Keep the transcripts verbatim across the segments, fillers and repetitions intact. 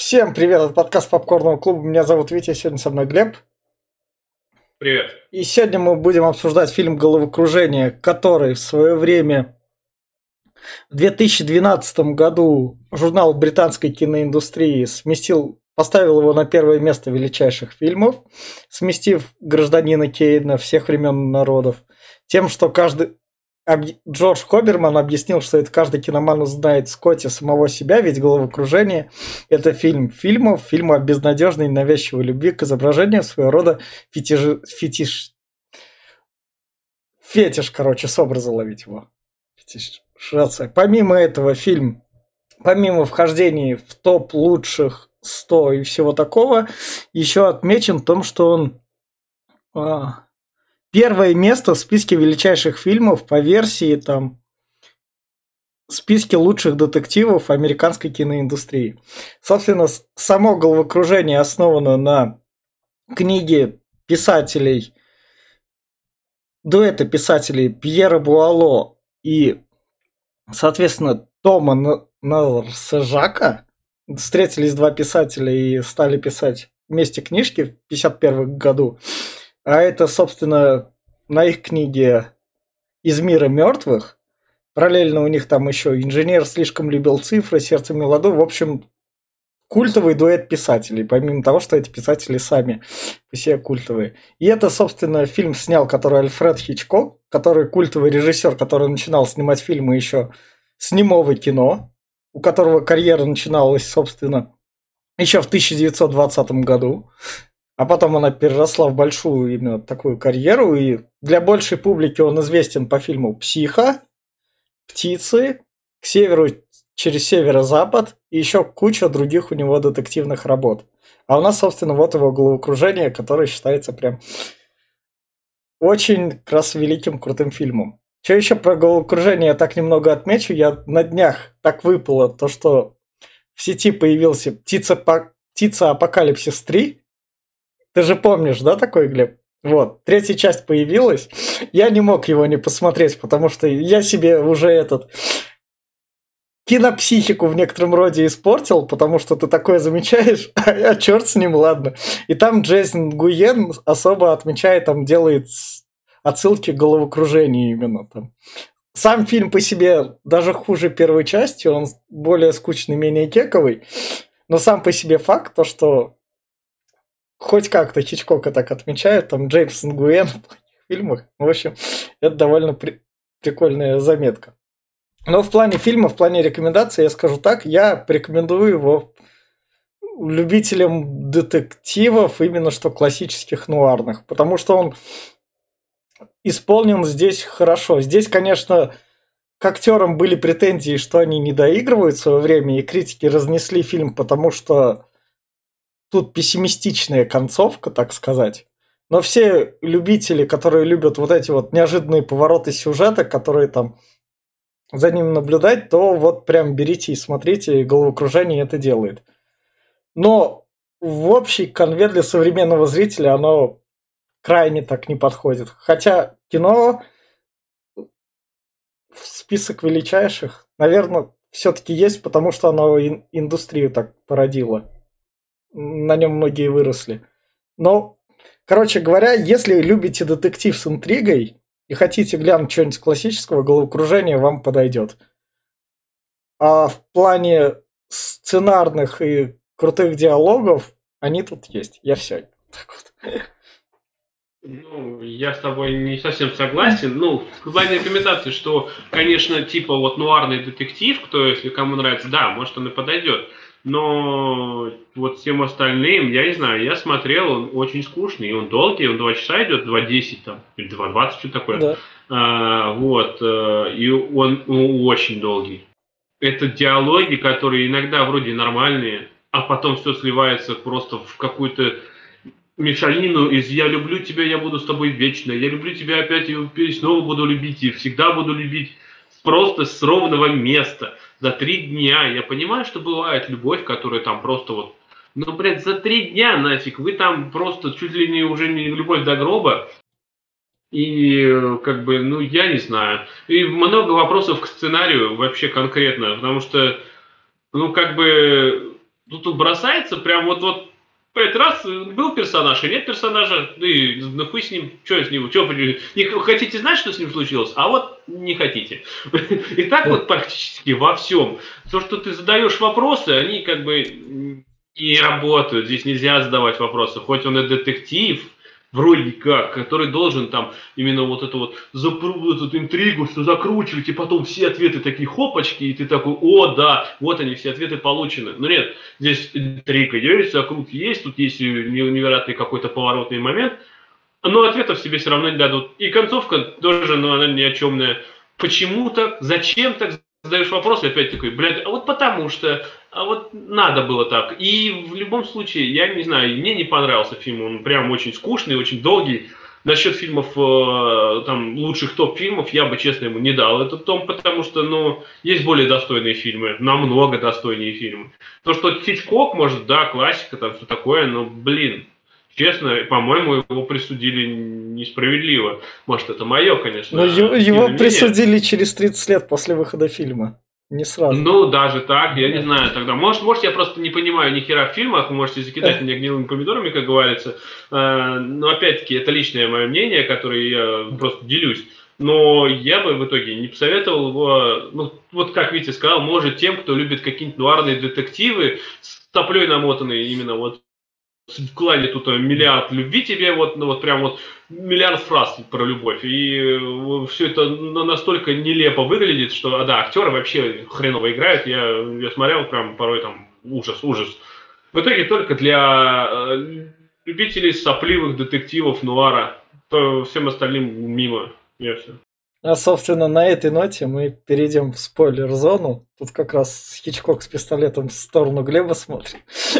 Всем привет, это подкаст Попкорного клуба. Меня зовут Витя, сегодня со мной Глеб. Привет. И сегодня мы будем обсуждать фильм «Головокружение», который в свое время, в две тысячи двенадцатом году, журнал британской киноиндустрии сместил, поставил его на первое место величайших фильмов, сместив «Гражданина Кейна» всех времен и народов, тем, что каждый... Джордж Хоберман объяснил, что это каждый киноман узнает в Скотте самого себя, ведь «Головокружение» – это фильм фильмов, фильм о безнадежной и навязчивой любви к изображению своего рода фетиш... фетиш... фетиш, короче, с образа ловить его. Фетишация. Помимо этого, фильм, помимо вхождения в топ лучших сто и всего такого, еще отмечен в том, что он... А, первое место в списке величайших фильмов по версии там списке лучших детективов американской киноиндустрии. Собственно, само «Головокружение» основано на книге писателей, дуэта писателей Пьера Буало и, соответственно, Тома Нарсежака. Встретились два писателя и стали писать вместе книжки в пятьдесят первом году. А это, собственно, на их книге «Из мира мертвых». Параллельно у них там еще «Инженер слишком любил цифры», «Сердце мелоду». В общем, культовый дуэт писателей, помимо того, что эти писатели сами все культовые. И это, собственно, фильм снял, который Альфред Хичкок, который культовый режиссер, который начинал снимать фильмы еще с немого кино, у которого карьера начиналась, собственно, еще в тысяча девятьсот двадцатом году. А потом она переросла в большую именно такую карьеру, и для большей публики он известен по фильму «Психо», «Птицы», «К северу через северо-запад» и еще куча других у него детективных работ. А у нас, собственно, вот его «Головокружение», которое считается прям очень как раз великим крутым фильмом. Что еще про «Головокружение» я так немного отмечу. Я на днях так выпало то, что в сети появился «Птица, Птица Апокалипсис три». Ты же помнишь, да, такой, Глеб? Вот, третья часть появилась. Я не мог его не посмотреть, потому что я себе уже этот кинопсихику в некотором роде испортил, потому что ты такое замечаешь, а я черт с ним, ладно. И там Джейсон Гуен особо отмечает, там делает отсылки к «Головокружению» именно там. Сам фильм по себе даже хуже первой части, он более скучный, менее кековый, но сам по себе факт, то, что хоть как-то Хичкока так отмечают, там Джейсон Гуен в фильмах. В общем, это довольно при- прикольная заметка. Но в плане фильма, в плане рекомендаций, я скажу так, я порекомендую его любителям детективов, именно что классических нуарных, потому что он исполнен здесь хорошо. Здесь, конечно, к актерам были претензии, что они не доигрывают в свое время, и критики разнесли фильм, потому что тут пессимистичная концовка, так сказать. Но все любители, которые любят вот эти вот неожиданные повороты сюжета, которые там за ним наблюдать, то вот прям берите и смотрите, «Головокружение» это делает. Но в общий конвейер для современного зрителя оно крайне так не подходит. Хотя кино в список величайших, наверное, все-таки есть, потому что оно ин- индустрию так породило. На нем многие выросли. Но, короче говоря, если любите детектив с интригой и хотите глянуть что-нибудь классического, «Головокружение» вам подойдет. А в плане сценарных и крутых диалогов они тут есть. Я все. Так вот. Ну, я с тобой не совсем согласен. Ну, в плане рекомендаций, что, конечно, типа вот нуарный детектив, кто, если кому нравится, да, может он и подойдет. Но вот всем остальным, я не знаю, я смотрел, он очень скучный, и он долгий, он два часа идет, два десять там, или два двадцать, что такое. Да. А, вот, э, и он ну, очень долгий. Это диалоги, которые иногда вроде нормальные, а потом все сливается просто в какую-то мешанину из «я люблю тебя, я буду с тобой вечно», «я люблю тебя опять и снова буду любить, и всегда буду любить», просто с ровного места, за три дня. Я понимаю, что бывает любовь, которая там просто вот, ну, блядь, за три дня нафиг, вы там просто чуть ли не уже не любовь до гроба, и как бы, ну, я не знаю. И много вопросов к сценарию вообще конкретно, потому что, ну, как бы, тут, тут бросается прям вот, вот пять раз был персонаж и нет персонажа, да и нахуй с ним, что с ним, что, не хотите знать, что с ним случилось, а вот не хотите. И так вот практически во всем. То, что ты задаешь вопросы, они как бы не работают, здесь нельзя задавать вопросы, хоть он и детектив, вроде как, который должен там именно вот эту вот запру, эту интригу, все закручивать, и потом все ответы такие хопочки, и ты такой, о, да, вот они, все ответы получены. Но нет, здесь интрига есть, закрут есть, тут есть невероятный какой-то поворотный момент, но ответов себе все равно не дадут. И концовка тоже, ну, она ни о чемная. Почему так? Зачем так? Задаешь вопрос, и опять такой, блядь, а вот потому что, а вот надо было так. И в любом случае, я не знаю, мне не понравился фильм, он прям очень скучный, очень долгий. Насчет фильмов, э, там, лучших топ-фильмов, я бы, честно, ему не дал этот том, потому что, ну, есть более достойные фильмы, намного достойнее фильмы. То, что Хичкок, может, да, классика, там, все такое, но, блин, честно, по-моему, его присудили несправедливо. Может, это мое, конечно. Но его, его присудили через тридцать лет после выхода фильма. Не сразу. Ну, даже так, я не знаю тогда. Может, может я просто не понимаю ни хера в фильмах, вы можете закидать меня гнилыми помидорами, как говорится. Но, опять-таки, это личное мое мнение, которое я просто делюсь. Но я бы в итоге не посоветовал его, ну, вот как Витя сказал, может, тем, кто любит какие-нибудь нуарные детективы, с топлей намотанные именно вот в клане тут миллиард любви тебе, вот, ну, вот прям вот миллиард фраз про любовь. И все это настолько нелепо выглядит, что, а, да, актеры вообще хреново играют. Я, я смотрел прям порой там ужас, ужас. В итоге только для э, любителей сопливых детективов нуара. То всем остальным мимо. Я все. А, собственно, на этой ноте мы перейдем в спойлер-зону. Тут как раз Хичкок с пистолетом в сторону Глеба смотрит.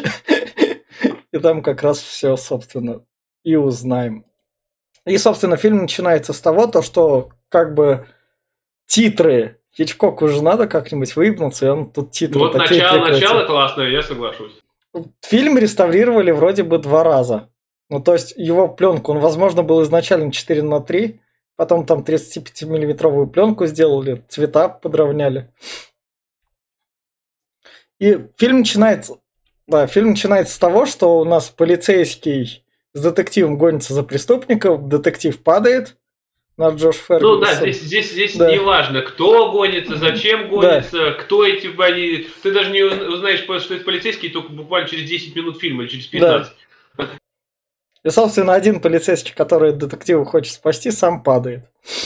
И там как раз все, собственно, и узнаем. И, собственно, фильм начинается с того, то, что как бы титры Хичкоку уже надо как-нибудь выебнуться, и он тут титры вот такие начало, прикрутил. начало классное, я соглашусь. Фильм реставрировали вроде бы два раза. Ну, то есть его пленку, он, возможно, был изначально четыре на три, потом там тридцатипятимиллиметровую пленку сделали, цвета подровняли. И фильм начинается... Да, фильм начинается с того, что у нас полицейский с детективом гонится за преступником, детектив падает, наш Джош Фергюсон. Ну да, здесь, здесь, здесь да. не важно, кто гонится, зачем гонится, да. кто эти бои. Ты даже не узнаешь, что это полицейский, только буквально через десять минут фильма или через пятнадцать. Да. И, собственно, один полицейский, который детектива хочет спасти, сам падает.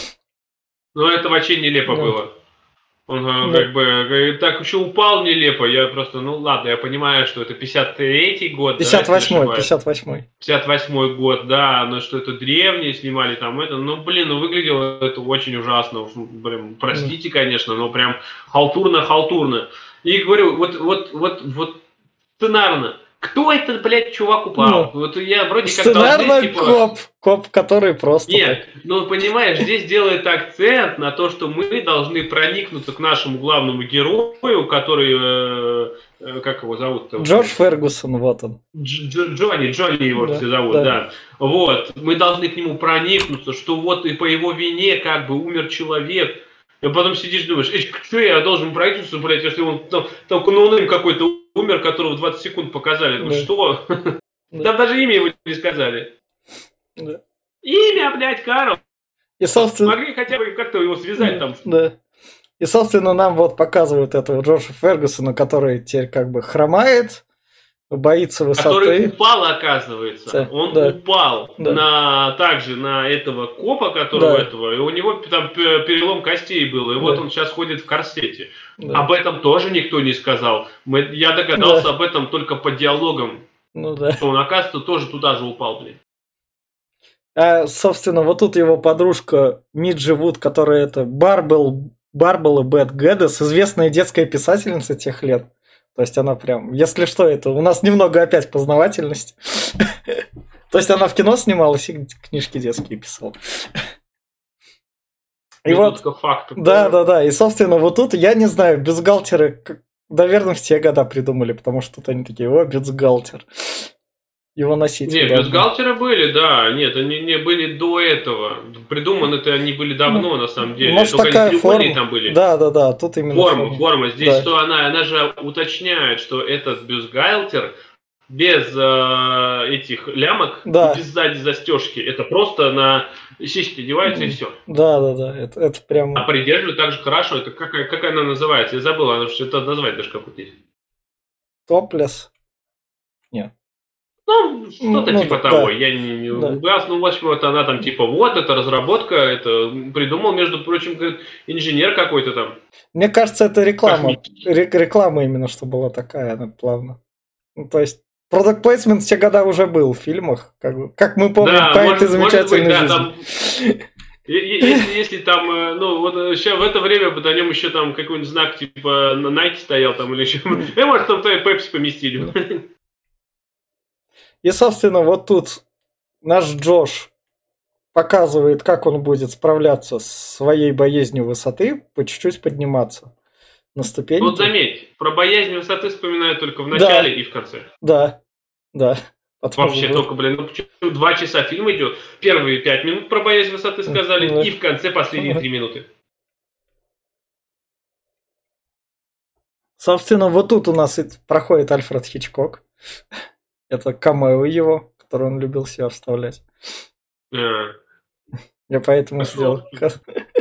Ну это вообще нелепо да. было. Он да. как бы так еще упал нелепо. Я просто, ну ладно, я понимаю, что это пятьдесят третий год. пятьдесят восьмой, пятьдесят восьмой. пятьдесят восьмой год, да, но что это древние снимали там это. Ну, блин, ну выглядело это очень ужасно. Блин, простите, конечно, но прям халтурно-халтурно. И говорю, вот, вот, вот, вот сценарно. Кто это, блядь, чувак упал? Ну, вот я вроде как должны, типа... коп, коп, который просто... Нет, так. ну понимаешь, здесь делает акцент на то, что мы должны проникнуться к нашему главному герою, который, э, э, как его зовут? Джордж Фергюсон, вот он. Дж- Джонни, Джонни его да, все зовут, да. да. Вот, мы должны к нему проникнуться, что вот и по его вине как бы умер человек. И потом сидишь, думаешь, эй, что я должен проникнуться, блядь, если он там, там ноунейм какой-то умер, которого двадцать секунд показали. Ну да. что? Да. Там даже имя его не сказали. Да. Имя, блядь, Карл. И, собственно... Могли хотя бы как-то его связать да. там. Да. И, собственно, нам вот показывают этого Джорджа Фергюсона, который теперь как бы хромает, боится высоты. Который упал, оказывается. Да. Он да. упал да. на также на этого копа, которого да. этого, и у него там перелом костей был, и да. вот он сейчас ходит в корсете. Да. Об этом тоже никто не сказал. Мы, я догадался да. об этом только по диалогам. Ну да. Что он, оказывается, тоже туда же упал, блин. А, собственно, вот тут его подружка Миджи Вуд, которая это Барбел, Барбела Бэт Гэддес, известная детская писательница тех лет. То есть она прям, если что, это у нас немного опять познавательность. То есть она в кино снималась и книжки детские писала. И вот, да, да, да. И, собственно, вот тут, я не знаю, бюстгальтеры, наверное, в те года придумали, потому что тут они такие, о, бюстгальтер. его носить. Не, удобно. бюстгальтеры были, да. Нет, они не были до этого. Придуманы-то они были давно, на самом деле. Может, Только такая они треугольные форма. там были. Да, да, да, тут именно Форма, форма. форма. Здесь Да. что она, она же уточняет, что этот бюстгальтер без э, этих лямок Да. и без сзади застежки. Это просто на сиськи одевается и все. Да, да, да. Это, это прям. А придерживают так же хорошо. Это как, как она называется? Я забыл, она что это назвать даже какое-то есть. Топлес. Нет. Ну, что-то Ну, типа да, того. да. Я не, не Да. углублялся. Ну, в общем, вот она там типа, вот, это разработка, это придумал, между прочим, говорит, инженер какой-то там. Мне кажется, это реклама. Космический. Ре- реклама именно, что была такая, она плавно. Ну, то есть, продакт плейсмент все года уже был в фильмах. Как, бы, как мы помним, Да, по может, этой замечательной может быть, да, жизни. там... Если, если там, э, ну, вот сейчас в это время бы на нем еще там какой-нибудь знак типа на Nike стоял там или еще. И может там Пепси поместили. И, собственно, вот тут наш Джош показывает, как он будет справляться с своей боязнью высоты, по чуть-чуть подниматься на ступеньки. Вот заметь, про боязнь высоты вспоминаю только в начале Да. и в конце. Да, да. Потом Вообще уже- только, блин, ну почему два часа фильм идет, первые пять минут про боязнь высоты сказали, Да. и в конце последние три минуты. Собственно, вот тут у нас и проходит Альфред Хичкок. Это камео его, который он любил себя вставлять. А, Я поэтому Пошёл. сделал.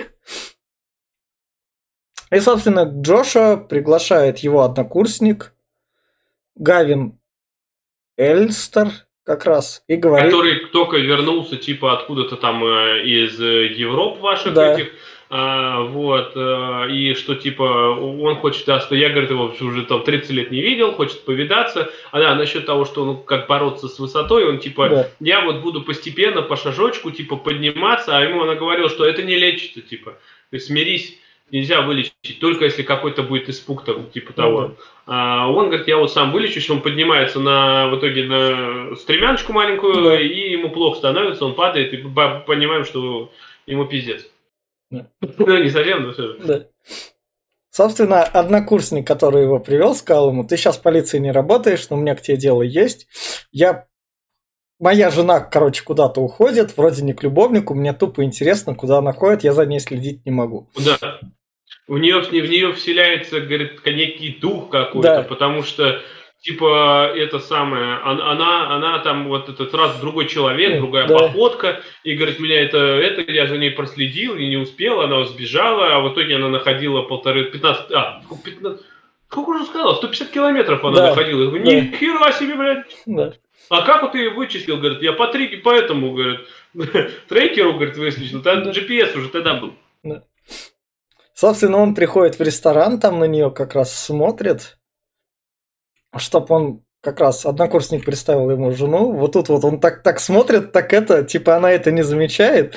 И, собственно, Джоша приглашает его однокурсник Гавин Эльстер как раз и говорит... Который только вернулся, типа, откуда-то там э, из э, Европ ваших Да. этих, а, вот, э, и что, типа, он хочет, да, что я, говорит, его уже там тридцать лет не видел, хочет повидаться, а да, насчет того, что он как бороться с высотой, он, типа, Да. я вот буду постепенно, по шажочку, типа, подниматься, а ему она говорила, что это не лечится, типа, ты смирись, нельзя вылечить, только если какой-то будет испуг, там, типа того. Ну да. А он говорит, я вот сам вылечусь, он поднимается на, в итоге на стремяночку маленькую, Да. и ему плохо становится, он падает, и по- понимаем, что ему пиздец. Да. Ну, не совсем, но все же. Да. Собственно, однокурсник, который его привел, сказал ему: ты сейчас в полиции не работаешь, но у меня к тебе дело есть. Я... Моя жена, короче, куда-то уходит, вроде не к любовнику, мне тупо интересно, куда она ходит, я за ней следить не могу. Да. В нее, в нее вселяется, говорит, некий дух какой-то, Да. потому что, типа, это самое, он- она, она там вот этот раз другой человек, Да. другая Да. походка, и, говорит, меня это, это, я за ней проследил и не успел, она сбежала, а в итоге она находила полторы, пятнадцать, а, сколько, пятнадцать, сколько уже сказала, сто пятьдесят километров она Да. находила. Я говорю, Да. ни хера себе, блядь. Да. А как вот ты ее вычислил, говорит, я по трек, по этому, говорит, трекеру, говорит, вычислил, там Да. джи пи эс уже тогда был. Собственно, он приходит в ресторан, там на нее как раз смотрит, чтоб он как раз однокурсник представил ему жену. Вот тут вот он так, так смотрит, так это, типа она это не замечает.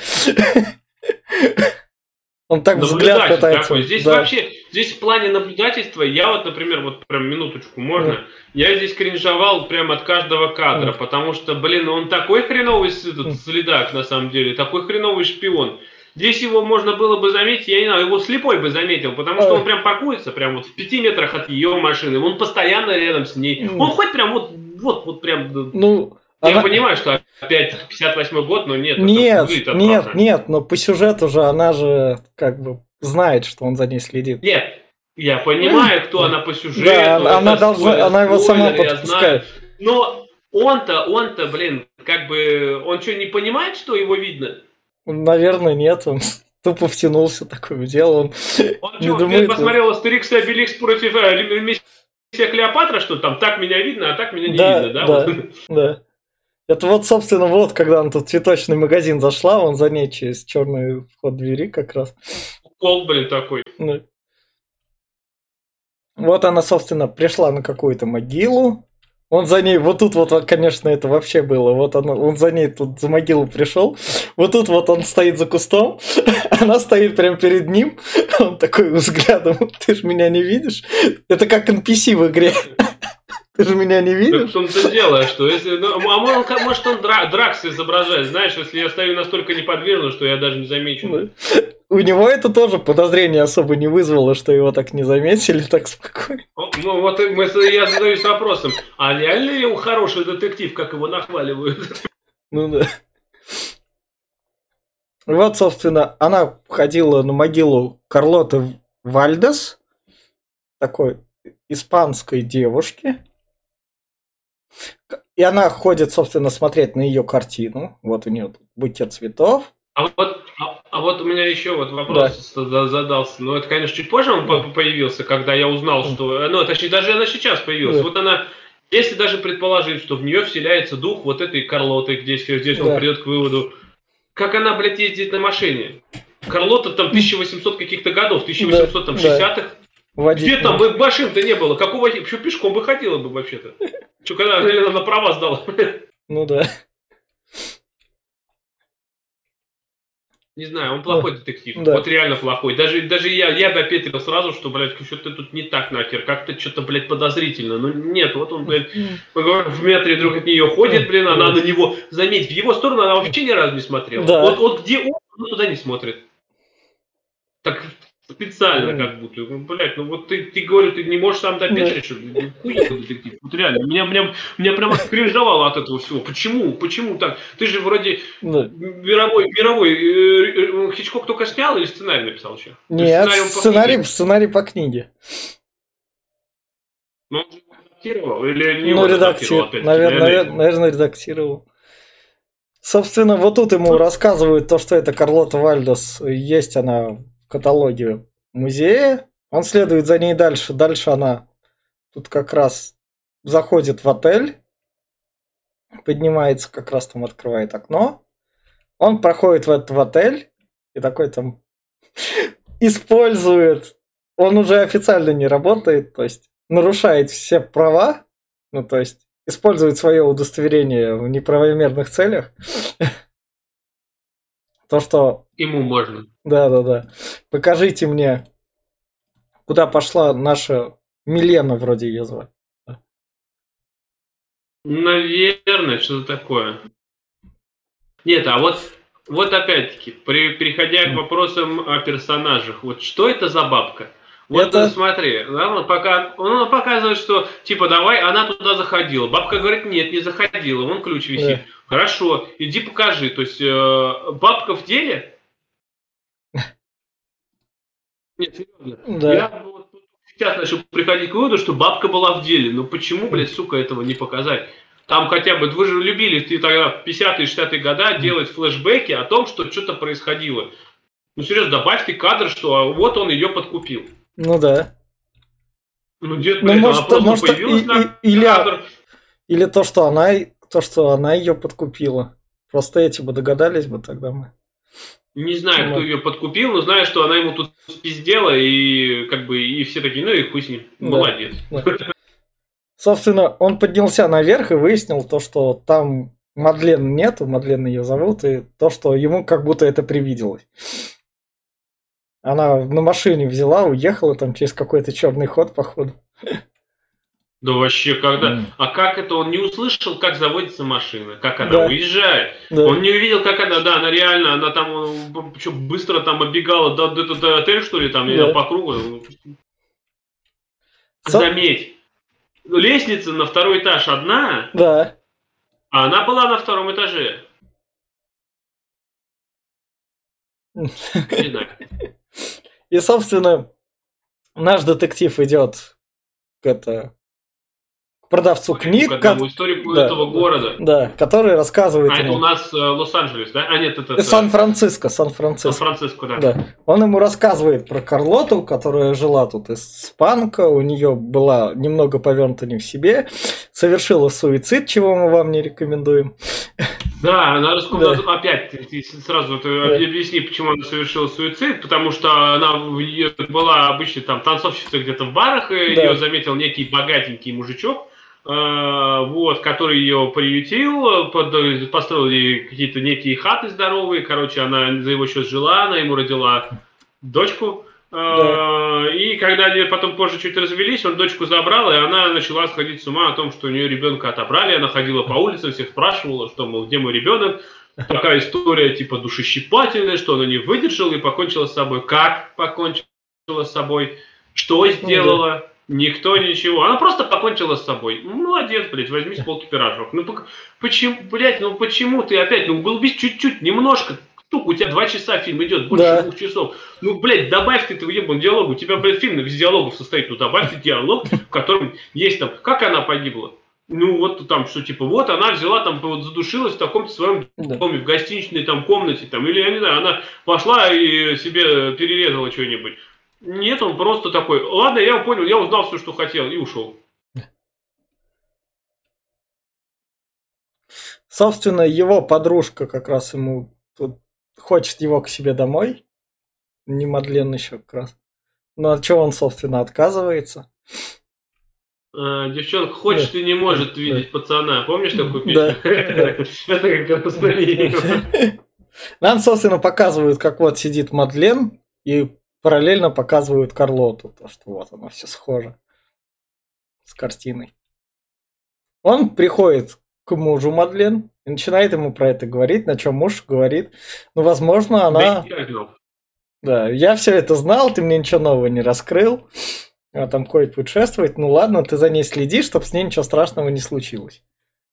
Он так взгляд Наблюдатель пытается. такой. Здесь Да. вообще, здесь в плане наблюдательства, я вот, например, вот прям минуточку, можно? Да. Я здесь кринжовал прям от каждого кадра, Да. потому что, блин, он такой хреновый с- этот Да. следак, на самом деле, такой хреновый шпион. Здесь его можно было бы заметить, я не знаю, его слепой бы заметил, потому что Ой. он прям паркуется, прям вот в пяти метрах от ее машины, он постоянно рядом с ней. М. Он хоть прям вот, вот, вот прям... Ну, Я она- понимаю, что опять пятьдесят восьмой год, но нет. это Нет, выглядит нет, отвратно. нет, но по сюжету же она же как бы знает, что он за ней следит. Нет, я понимаю, кто она по сюжету. Да, она- она это должна- спойлер, она его сама спойлер, я подпускает. знаю. Но он-то, он-то, блин, как бы, он что, не понимает, что его видно? Наверное, нет, он тупо втянулся такое дело. Он Он не что, думает. посмотрел Астерикс и Обеликс против э, Миссия Клеопатра, что там так меня видно, а так меня не Да, видно, да? да. Вот. Да. Это вот, собственно, вот, когда она тут в цветочный магазин зашла, он за ней через черный вход двери как раз. Кол, блин, такой. Да. Вот она, собственно, пришла на какую-то могилу. Он за ней, вот тут вот, конечно, это вообще было. Вот она, он за ней тут за могилу пришел. Вот тут вот он стоит за кустом. Она стоит прямо перед ним. Он такой взглядом: ты же меня не видишь? Это как эн пи си в игре. Ты же меня не Так видишь? в том-то дело, что если... Ну, а может, он- может он дра- Дракс изображает, знаешь, если я стою настолько неподвижно, что я даже не замечу. Да. у него это тоже подозрение особо не вызвало, что его так не заметили так спокойно. Ну вот мы, я задаюсь вопросом, а реально ли он хороший детектив, как его нахваливают? Ну да. Вот, собственно, она ходила на могилу Карлоты Вальдес, такой испанской девушки. И она ходит, собственно, смотреть на ее картину. Вот у нее тут букет цветов. А вот, а, а вот у меня еще вот вопрос да. задался. Ну, это, конечно, чуть позже он да. появился, когда я узнал, что... Ну, точнее, даже она сейчас появилась. Да. Вот она... Если даже предположить, что в нее вселяется дух вот этой Карлоты, где здесь да. он придет к выводу, как она, блядь, ездит на машине? Карлота там тысяча восемьсот каких-то годов, тысяча восемьсот шестидесятых. Да. Где там бы машин-то не было? Какого... Еще пешком бы ходила бы вообще-то. Что, когда она на права сдала? Ну да. Не знаю, он плохой детектив. Да. Вот реально плохой. Даже, даже я, я бы опять сразу, что, блядь, что-то тут не так нахер. Как-то что-то, блядь, подозрительно. Ну нет, вот он, блядь, в метре друг от нее ходит, блин, она на него, заметь, в его сторону она вообще ни разу не смотрела. Да. Вот, вот где он, он туда не смотрит. Так специально как будто. Ну, блядь, ну вот ты, ты говорю, ты не можешь сам допечь, что ли? Хуйня детектив. Вот реально. Меня, меня, меня прямо кринжовало от этого всего. Почему? Почему так? Ты же вроде да. мировой, мировой э, э, Хичкок только снял или сценарий написал еще? Нет, сценарий, сценарий, по сценарий по книге. Ну, он же его редактировал? Или не ну, редактировал? Наверное, наверное, наверное, редактировал. Собственно, вот тут ему рассказывают то, что это Карлота Вальдес. Есть она в каталоге музея. Он следует за ней дальше. Дальше она тут как раз заходит в отель. Поднимается, как раз там открывает окно. Он проходит в этот в отель. И такой там использует. Он уже официально не работает. То есть нарушает все права. Ну, то есть использует свое удостоверение в неправомерных целях. То, что... Ему можно. Да-да-да. Покажите мне, куда пошла наша Милена, вроде ее звать. Наверное, что-то такое. Нет, а вот, вот опять-таки, при, переходя к вопросам о персонажах, вот что это за бабка? Вот это... смотри, он, пока, он показывает, что типа давай, она туда заходила. Бабка говорит, нет, не заходила, вон ключ висит. Да. Хорошо, иди покажи. То есть э, бабка в деле? Нет, серьезно. Да. Я вот сейчас начал приходить к выводу, что бабка была в деле. Но почему, блядь, сука, этого не показать? Там хотя бы, вы же любили ты тогда в пятидесятые шестидесятые годы делать флешбеки о том, что что-то происходило. Ну серьезно, добавьте кадр, что вот он ее подкупил. Ну да. Ну где-то ну, может, она может, появилась и, на и, или, кадр. Или то, что она, то, что она ее подкупила. Просто эти бы догадались бы тогда мы. Не знаю, ну. кто ее подкупил, но знаю, что она ему тут спиздела, и как бы и все такие, ну и хуй с ним. Да. Молодец. Да. Собственно, он поднялся наверх и выяснил то, что там Мадлен нету, Мадлен ее зовут, и то, что ему как будто это привиделось. Она на машине взяла, уехала там через какой-то черный ход, походу. Да вообще, когда... Mm. А как это? Он не услышал, как заводится машина, как она да. уезжает. Да. Он не увидел, как она... Да, она реально, она там что, быстро там оббегала до, до, до отеля, что ли, там, да. по кругу. Со... Заметь, лестница на второй этаж одна, да. а она была на втором этаже. Не знаю. И, собственно, наш детектив идет к, это, к продавцу книг. К одному историку да, этого города. Да, который рассказывает А ему... это у нас э, Лос-Анджелес, да? А нет, это... Сан-Франциско, Сан-Франциско. Сан-Франциско, да. да. Он ему рассказывает про Карлоту, которая жила тут испанка, у нее была немного повернута не в себе, совершила суицид, чего мы вам не рекомендуем. Да, надо сказать, да. опять сразу да. объясни, почему она совершила суицид, потому что она была обычно там танцовщицей где-то в барах, и да. ее заметил некий богатенький мужичок, вот, который ее приютил, под, построил ей какие-то некие хаты здоровые, короче, она за его счет жила, она ему родила дочку. Да. И когда они потом позже чуть развелись, он дочку забрал, и она начала сходить с ума о том, что у нее ребенка отобрали. Она ходила по улицам, всех спрашивала, что, мол, где мой ребенок. такая история типа душещипательная, что она не выдержала и покончила с собой. Как покончила с собой? Что сделала? Никто ничего. Она просто покончила с собой. Ну, молодец, блядь, возьми с полки пирожок. Ну, почему, блядь, ну почему ты опять, ну, углубись чуть-чуть, немножко. Штука, у тебя два часа фильм идет, больше Да. двух часов. Ну, блядь, добавь ты этого ебаного диалога. У тебя, блядь, фильм из диалогов состоит. Ну, добавь ты диалог, в котором есть там, как она погибла. Ну, вот там, что типа, вот она взяла, там, вот задушилась в таком-то своем Да. доме, в гостиничной там комнате, там, или, я не знаю, она пошла и себе перерезала что-нибудь. Нет, он просто такой, ладно, я понял, я узнал все, что хотел, и ушел. Собственно, его подружка как раз ему тут хочет его к себе домой. Не Мадлен еще как раз. Ну, от чего он, собственно, отказывается? А, девчонка хочет Да. и не может Да. видеть пацана. Помнишь такую Да. песню? Это как раз Нам, собственно, показывают, как вот сидит Мадлен, и параллельно показывают Карлоту. То, что вот оно все схоже с картиной. Он приходит к мужу Мадлен и начинает ему про это говорить, на чем муж говорит, ну, возможно, она... Да, я все это знал, ты мне ничего нового не раскрыл. А там ходит, путешествует. Ну ладно, ты за ней следишь, чтобы с ней ничего страшного не случилось.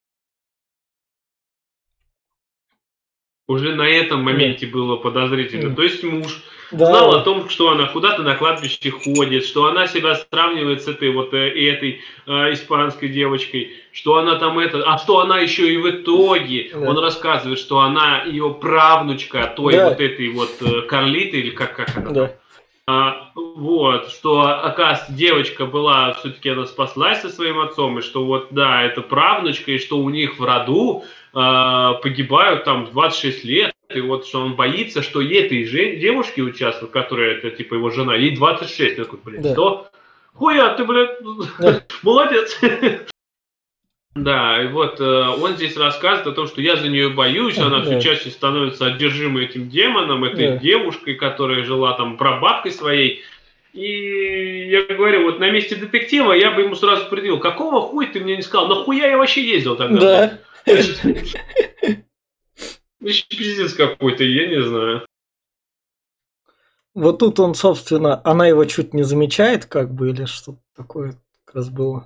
Уже на этом моменте да. было подозрительно. Да. То есть муж да. знал о том, что она куда-то на кладбище ходит, что она себя сравнивает с этой вот э, этой э, испанской девочкой, что она там это, а что она еще и в итоге, да. он рассказывает, что она ее правнучка той да. вот этой вот э, Карлиты или как как она. Да. А, вот, что, оказывается, девочка была, все-таки она спаслась со своим отцом, и что вот, да, это правнучка, и что у них в роду а, погибают там двадцать шесть лет, и вот что он боится, что и этой же девушке участвует, которая, это типа его жена, ей двадцать шесть, я такой, блин, да. что? Хуя, ты, блядь, да. молодец. Да, и вот э, он здесь рассказывает о том, что я за нее боюсь, она да. все чаще становится одержимой этим демоном, этой да. девушкой, которая жила там прабабкой своей. И я говорю, вот на месте детектива я бы ему сразу предъявил, какого хуя ты мне не сказал, нахуя я вообще ездил тогда? Да. Пиздец какой-то, я не знаю. Вот тут он, собственно, она его чуть не замечает, как бы, или что-то такое как раз было.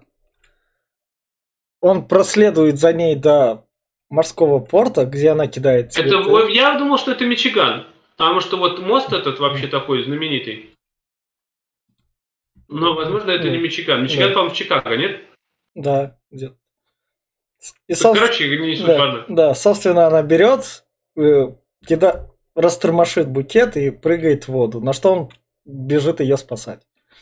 Он проследует за ней до морского порта, где она кидает цветы. Это, я думал, что это Мичиган, потому что вот мост этот вообще такой знаменитый. Но, возможно, это не Мичиган. Мичиган, да. по-моему, в Чикаго, нет? Да, где-то. И, соб... Короче, не суть, да, ладно. Да, собственно, она берет, кида... растормошит букет и прыгает в воду, на что он бежит ее спасать.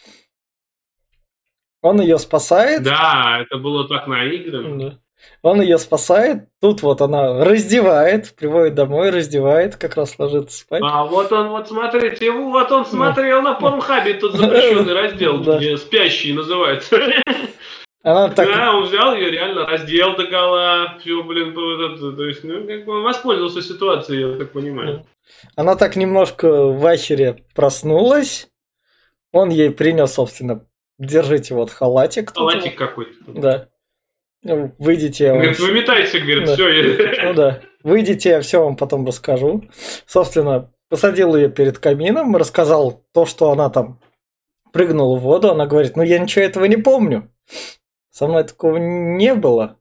Он ее спасает. Да, это было так наиграно. Да. Он ее спасает. Тут вот она раздевает, приводит домой, раздевает, как раз ложится спать. А вот он, вот смотрите, вот он смотрел на Порнхабе, тут запрещенный раздел, где спящий называется. Она так... Да, он взял ее, реально раздел догола, все, блин, то есть, ну, как бы он воспользовался ситуацией, я так понимаю. Она так немножко в ахере проснулась, он ей принес, собственно, держите вот халатик. Халатик какой-то. Да. Выйдите, я вам... Говорит, выметайся, говорит, да. все. Я... Ну да. Выйдите, я все вам потом расскажу. Собственно, посадил ее перед камином, рассказал то, что она там прыгнула в воду. Она говорит, ну я ничего этого не помню. Со мной такого не было.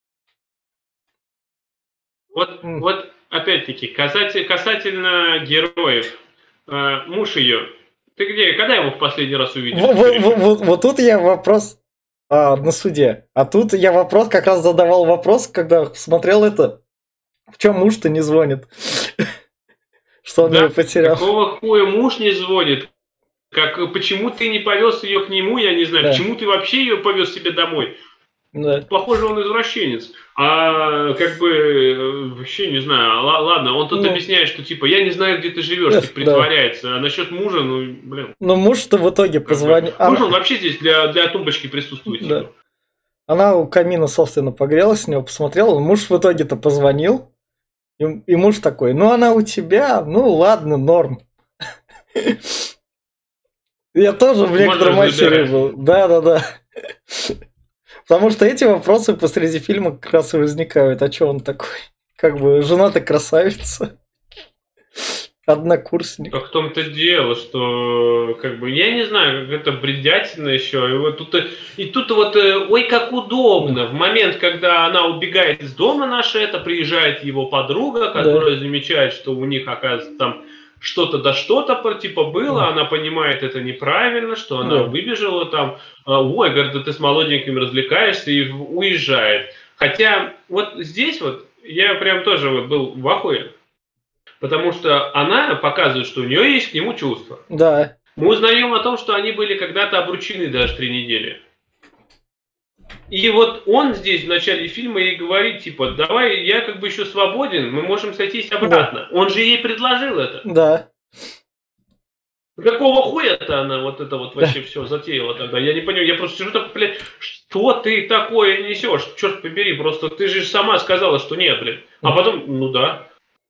Вот, mm. вот опять-таки, касательно, касательно героев. Э, муж ее. Ты где? Когда его в последний раз увидел? Вот, вот, вот, вот тут я вопрос а, на суде. А тут я вопрос, как раз задавал вопрос, когда смотрел это. В чем муж-то не звонит? Что он да, ее потерял? Какого хуя муж не звонит? Как, почему ты не повез ее к нему, я не знаю. Да. Почему ты вообще ее повез себе домой? Да. Похоже, он извращенец. А как бы вообще не знаю. Ладно, он тут ну, объясняет, что типа я не знаю, где ты живешь, типа, притворяется. Да. А насчет мужа, ну блин. Ну муж-то в итоге позвонил. Муж он вообще здесь для, для тумбочки присутствует. Да. Типа. Она у камина, собственно, погрелась, с него посмотрела. Муж в итоге-то позвонил. И, и муж такой, ну она у тебя, ну ладно, норм. Я тоже в некотором ахере был. Да-да-да. Потому что эти вопросы посреди фильма как раз и возникают. А что он такой? Как бы жена-то красавица. Однокурсник. Так в том-то дело, что как бы я не знаю, как это бредятина еще. И вот тут, и тут вот, ой, как удобно. В момент, когда она убегает из дома наша, это приезжает его подруга, которая да. замечает, что у них, оказывается, там что-то да что-то типа было, да. она понимает это неправильно, что она да. выбежала там, ой, говорит, да ты с молоденьким развлекаешься и уезжает. Хотя вот здесь вот я прям тоже вот был в ахуе. Потому что она показывает, что у нее есть к нему чувства. Да. Мы узнаем о том, что они были когда-то обручены даже три недели. И вот он здесь в начале фильма ей говорит, типа, давай, я как бы еще свободен, мы можем сойтись обратно. Да. Он же ей предложил это. Да. Какого хуя-то она вот это вот вообще да. все затеяла тогда? Я не понимаю, я просто сижу так, блядь, что ты такое несешь? Черт побери, просто ты же сама сказала, что нет, блядь. А потом, ну да.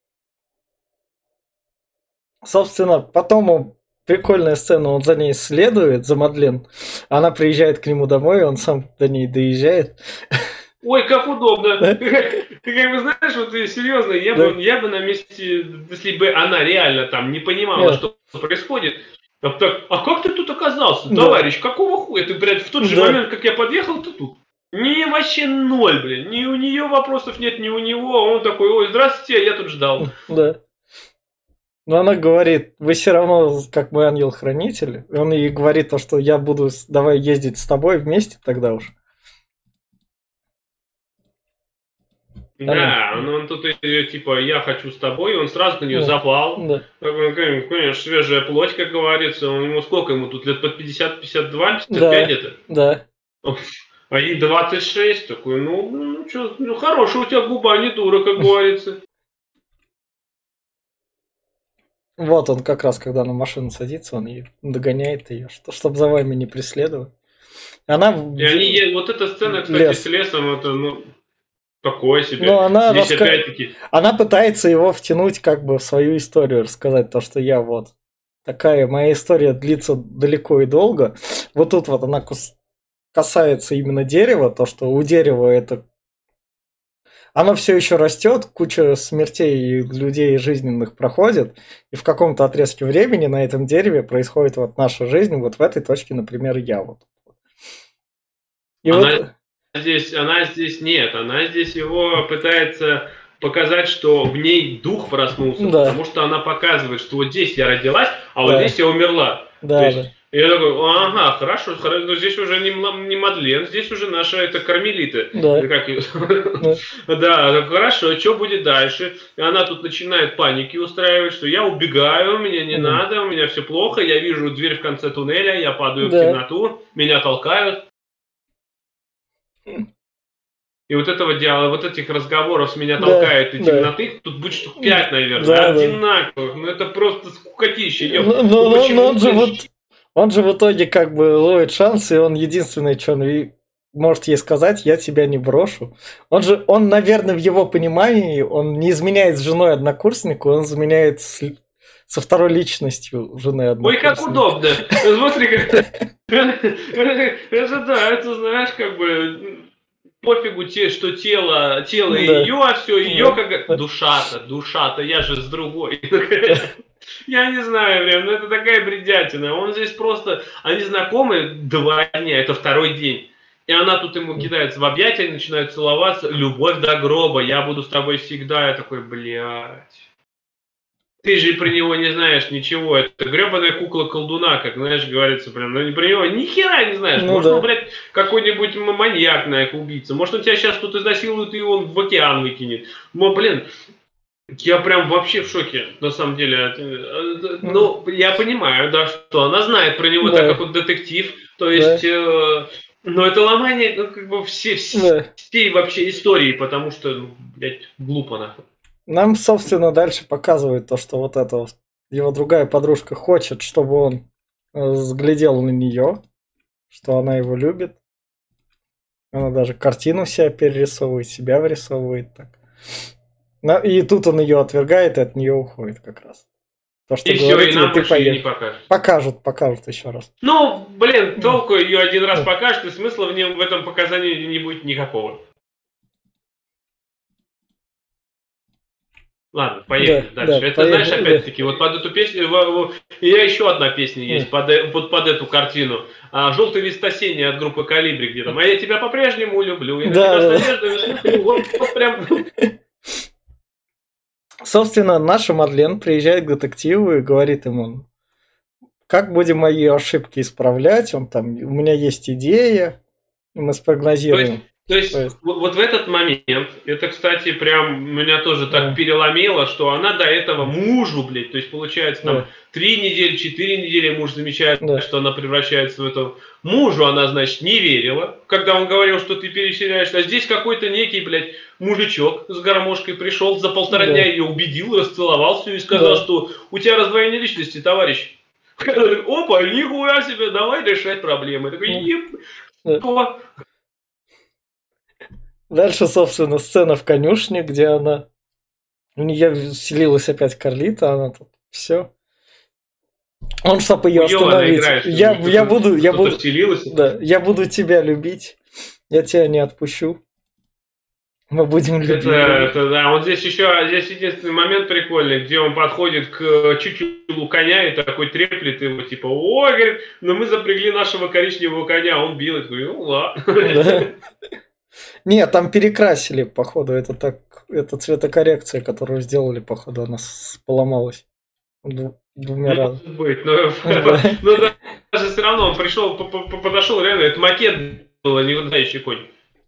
Собственно, потом прикольная сцена, он за ней следует, за Мадлен. Она приезжает к нему домой, он сам до ней доезжает. Ой, как удобно. Да? Ты как бы знаешь, вот серьезно, я, да. бы, я бы на месте, если бы она реально там не понимала, да. что происходит, так, так, а как ты тут оказался, да. товарищ, какого хуя? Ты, блядь, в тот же да. момент, как я подъехал, ты тут. Не, вообще ноль, блин. Ни у нее вопросов нет, ни у него. Он такой, ой, здравствуйте, я тут ждал. Да. Но она говорит, вы все равно как мой ангел-хранитель. И он ей говорит то, что я буду, давай ездить с тобой вместе тогда уж. Да, он, он тут типа, я хочу с тобой, и он сразу на нее да. запал. Да. Конечно, свежая плоть, как говорится. Он, ему сколько ему тут, лет под пятьдесят, пятьдесят два, пятьдесят пять да. где-то? Да. А ей двадцать шесть, такой, ну, ну, что, ну, хорошая у тебя губа, не дура, как говорится. Вот он как раз, когда на машину садится, он и догоняет ее, что, чтобы за вами не преследовать. Она... И они, вот эта сцена, кстати, лес. с лесом, это, ну, такое себе. Но она, Здесь раска... опять-таки... она пытается его втянуть как бы в свою историю, рассказать то, что я вот такая, моя история длится далеко и долго. Вот тут вот она касается именно дерева, то, что у дерева это... Оно все еще растет, куча смертей людей жизненных проходит, и в каком-то отрезке времени на этом дереве происходит вот наша жизнь, вот в этой точке, например, я вот. И она, вот... здесь, она здесь нет, она здесь его пытается показать, что в ней дух проснулся, да. потому что она показывает, что вот здесь я родилась, а вот да. здесь я умерла. Да, То есть, да. я такой, ага, хорошо, хорошо, но здесь уже не, не Мадлен, здесь уже наша это кармелита. Да. Как да. да, хорошо, что будет дальше? И она тут начинает паники устраивать, что я убегаю, мне не да. надо, у меня все плохо, я вижу дверь в конце туннеля, я падаю да. в темноту, меня толкают. И вот этого диалога, вот этих разговоров с меня толкает да, и темноты, да. тут будет штук пять, наверное, да, одинаковых. Да. Ну это просто скукотища. Но, но, ну, но он, же вот, он же в итоге как бы ловит шанс, и он единственное, что он может ей сказать, я тебя не брошу. Он же, он, наверное, в его понимании, он не изменяет с женой однокурснику, он изменяет с, со второй личностью жены однокурсника. Ой, как удобно. Смотри, как... Это да, это знаешь, как бы... Пофигу, те, что тело, тело да. ее, а все ее да. как душа-то, душа-то, я же с другой. Я не знаю, прям, ну это такая бредятина. Он здесь просто, они знакомы два дня, это второй день. И она тут ему кидается в объятия, начинает целоваться, любовь до гроба, я буду с тобой всегда. Я такой, блядь. Ты же про него не знаешь ничего. Это гребаная кукла-колдуна, как, знаешь, говорится, прям. Ну, про него ни хера не знаешь. Ну, Может, да. он, блядь, какой-нибудь маньяк, наверное, убийца. Может, он тебя сейчас тут изнасилует, и он в океан выкинет. Но, блин, я прям вообще в шоке, на самом деле. Ну, я понимаю, да, что она знает про него, да. так как он детектив. То есть... Да. Э, но это ломание, ну, как бы, все, да. всей вообще истории, потому что, ну, блядь, глупо, нахуй. Нам, собственно, дальше показывает то, что вот эта вот его другая подружка хочет, чтобы он взглядел на нее, что она его любит. Она даже картину себя перерисовывает, себя вырисовывает так. И тут он ее отвергает и от нее уходит как раз. То, что и все, и нам больше ее не покажут. Покажут, покажут еще раз. Ну, блин, толку ее один раз покажут, и смысла в нем в этом показании не будет никакого. Ладно, поехали Да, дальше. да, Это, знаешь, поехали, да. опять-таки, вот под эту песню, в- в- и я еще одна песня есть Да. под, э- вот под эту картину. А, «Желтый лист осенний» от группы «Колибри», где там «А я тебя по-прежнему люблю, и на Да, тебя с да. надеждой смотрю». Вот, вот прям... Собственно, наша Мадлен приезжает к детективу и говорит ему, как будем мои ошибки исправлять, он там, у меня есть идея, и мы То есть, спрогнозируем. то есть что это. вот, вот в этот момент, это, кстати, прям меня тоже так Да, переломило, что она до этого мужу, блядь, то есть получается там да, три недели, четыре недели муж замечает, да, что она превращается в этого. Мужу она, значит, не верила, когда он говорил, что ты переселяешься. А здесь какой-то некий, блядь, мужичок с гармошкой пришел, за полтора дня да, ее убедил, расцеловался и сказал, да, что у тебя раздвоение личности, товарищ. Когда он такой, опа, нихуя себе, давай решать проблемы. Я такой, да, еб... да. что? Дальше, собственно, сцена в конюшне, где она... У нее вселилась опять Карлита, она тут все. Он, чтобы ее Хуёво она остановить, играет, я, что я буду, я что-то буду, вселилось. да, я буду тебя любить, я тебя не отпущу. Мы будем любить. Это, это, да, вот здесь еще, здесь единственный момент прикольный, где он подходит к чучелу коня и такой треплет его, типа, о, говорит, ну мы запрягли нашего коричневого коня, он бил, и такой, ну ладно. Да. Нет, там перекрасили, походу, это так, это цветокоррекция, которую сделали, походу, она с- поломалась дву- двумя разами. Может быть, но, Да. но даже все равно он пришел, по- по- подошел, реально, это макет был, а не настоящий конь.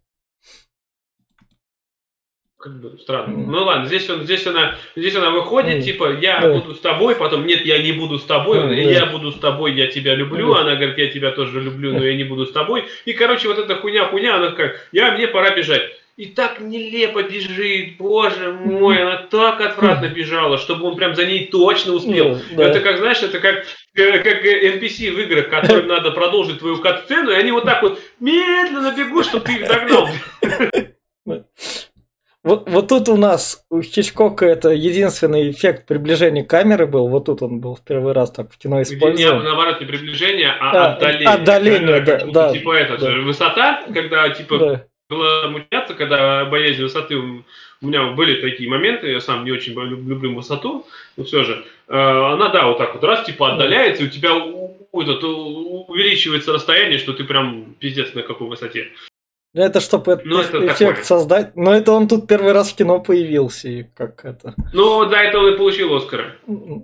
Как бы странно. М. Ну ладно, здесь, он, здесь, она, здесь она выходит, М. типа, я Да. буду с тобой, потом, нет, я не буду с тобой, М, да. я буду с тобой, я тебя люблю, Да. она говорит, я тебя тоже люблю, но я не буду с тобой. И, короче, вот эта хуйня-хуйня, она такая, я, мне пора бежать. И так нелепо бежит, боже мой, она так отвратно бежала, чтобы он прям за ней точно успел. Да, Это да. как, знаешь, это как, э, как эн пи си в играх, которым надо продолжить твою кат-сцену, и они вот так вот медленно бегут, чтобы ты их догнал. Вот, вот тут у нас у Хичкока это единственный эффект приближения камеры был. Вот тут он был в первый раз так в кино Где не использован. наоборот не приближение, а, А, отдаление. отдаление, Когда, да, как будто, да, типа это, да. высота, когда типа Да. было мутняться, когда боязнь высоты, у меня были такие моменты, я сам не очень люб- люблю высоту, но все же, э, она, да, вот так вот раз, типа отдаляется, и у тебя у- у- этот, у- увеличивается расстояние, что ты прям пиздец на какой высоте. Это чтобы этот Ну, это эффект такое. создать. Но это он тут первый раз в кино появился. И как это. Ну, за это он и получил Оскара.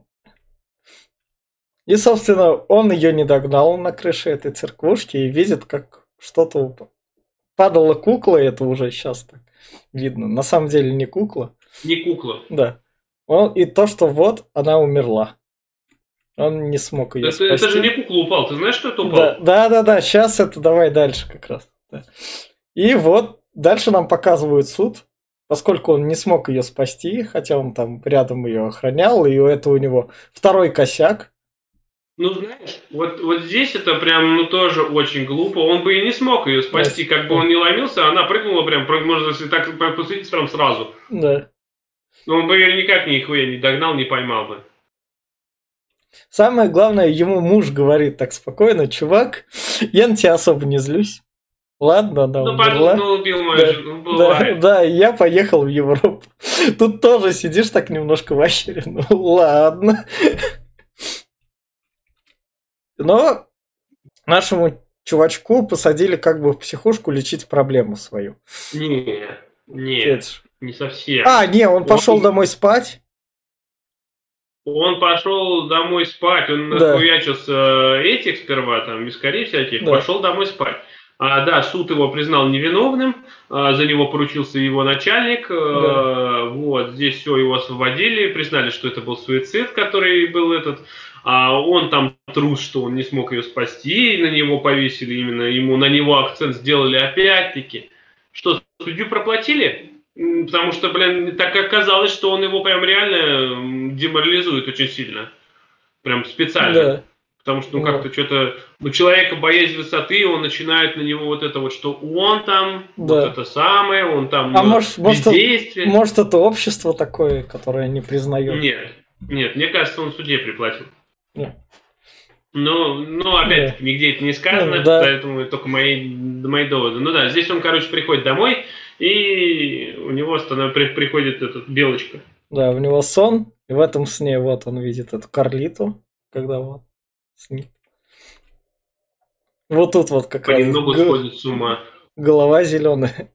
И, собственно, он ее не догнал на крыше этой церквушки и видит, как что-то уп- падала кукла, и это уже сейчас так видно. На самом деле не кукла. Не кукла. Да. Он, и то, что вот она умерла. Он не смог ее Это, спасти. это же не кукла упал. Ты знаешь, что это упал? Да, да, да, да. Сейчас это давай дальше как раз. Да. И вот дальше нам показывают суд, поскольку он не смог ее спасти, хотя он там рядом ее охранял, и это у него второй косяк. Ну, знаешь, вот, вот здесь это прям, ну, тоже очень глупо. Он бы и не смог ее спасти, Да. как бы он не ломился, она прыгнула прям, прыг- можно, если так прям посмотреть, прям сразу. Да. Но он бы ее никак нихуя не догнал, не поймал бы. Самое главное, ему муж говорит так спокойно: чувак, я на тебя особо не злюсь. Ладно, она Ну, умерла. ну, убил мою Да, жену, да, бывает. да, и я поехал в Европу. Тут тоже сидишь так немножко в ахере. Ну ладно. Но нашему чувачку посадили как бы в психушку лечить проблему свою. Не, не, Это ж- не совсем. А, не, он пошел Он- домой спать. Он пошел домой спать, он Да. нахуячился этих сперва, там, вискарей всяких, Да. пошел домой спать. А, да, суд его признал невиновным, а, за него поручился его начальник, а, вот, здесь все, его освободили, признали, что это был суицид, который был этот, а он там трус, что он не смог ее спасти, и на него повесили именно, ему на него акцент сделали опять-таки. Что, судью проплатили? М, Потому что, блин, так оказалось, что он его прям реально м, деморализует очень сильно. Прям специально. Да. Потому что, ну, Ну. как-то что-то... У человека боязнь высоты, он начинает на него вот это вот, что он там, Да. вот это самое, он там А э, может, может, бездействие. Может, это общество такое, которое не признает. Нет, нет, мне кажется, он суде приплатил. Нет. Но, но опять-таки, нигде это не сказано, Ну, да. поэтому только мои, мои доводы. Ну да, здесь он, короче, приходит домой, и у него станов... при- приходит этот Белочка. Да, у него сон, и в этом сне вот он видит эту Карлиту, когда вот снит. Вот тут вот как раз Понемногу г- сходит с ума. голова зеленая.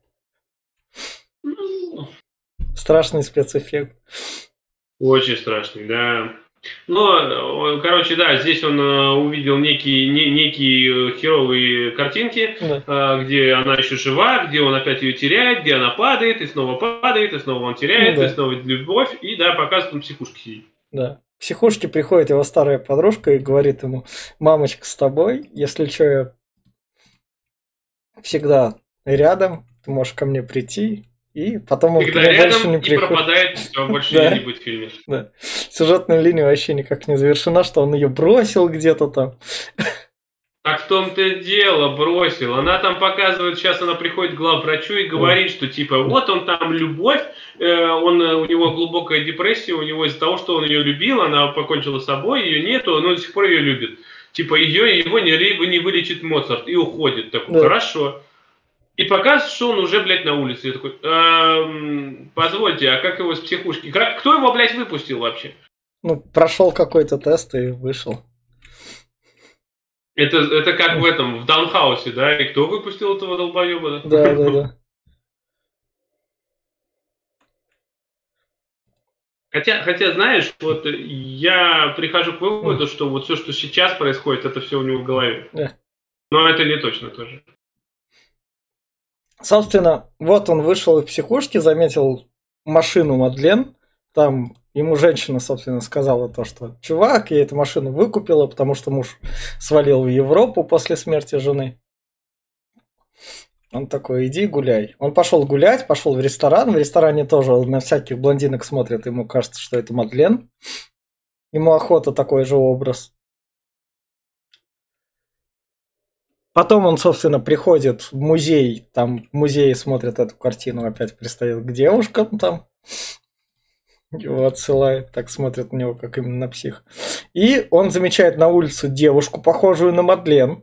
Ну, Страшный спецэффект. очень страшный, да. Но, э, короче, да, здесь он э, увидел некие, не- некие э, херовые картинки, Да, э, где она еще жива, где он опять ее теряет, где она падает, и снова падает, и снова он теряет, и да, снова любовь, и, да, показывает, он в психушке сидит. да. В психушке приходит его старая подружка и говорит ему: мамочка с тобой, если что, я всегда рядом, ты можешь ко мне прийти. И потом он к Всегда ней больше рядом не и приходит. пропадает, все, больше Да. ее не будет в фильме. Да. Сюжетная линия вообще никак не завершена, что он ее бросил где-то там. Так в том-то и дело, бросил. Она там показывает, сейчас она приходит к главврачу и говорит, что типа вот он там любовь, э, он, э, у него глубокая депрессия, у него из-за того, что он ее любил, она покончила с собой, ее нету, но до сих пор ее любит. Типа ее, его не, ли- не вылечит Моцарт и уходит. Такой, Да. хорошо. И показывает, что он уже, блядь, на улице. Я такой, «Эм, позвольте, а как его с психушки? Как, кто его, блядь, выпустил вообще? Ну, прошел какой-то тест и вышел. Это, это как в этом, в Даунхаусе, да? И кто выпустил этого долбоеба? Да, да, да. Хотя, хотя, знаешь, вот я прихожу к выводу, что вот все, что сейчас происходит, это все у него в голове. Да. Но это не точно тоже. Собственно, вот он вышел из психушки, заметил машину Мадлен. Там ему женщина, собственно, сказала то, что чувак, я эту машину выкупила, потому что муж свалил в Европу после смерти жены. Он такой, иди гуляй. Он пошел гулять, пошел в ресторан. В ресторане тоже он на всяких блондинок смотрит. Ему кажется, что это Мадлен. Ему охота такой же образ. Потом он, собственно, приходит в музей. Там в музее смотрит эту картину. Опять пристает к девушкам там. Его отсылает. Так смотрит на него, как именно на псих. И он замечает на улице девушку, похожую на Мадлен.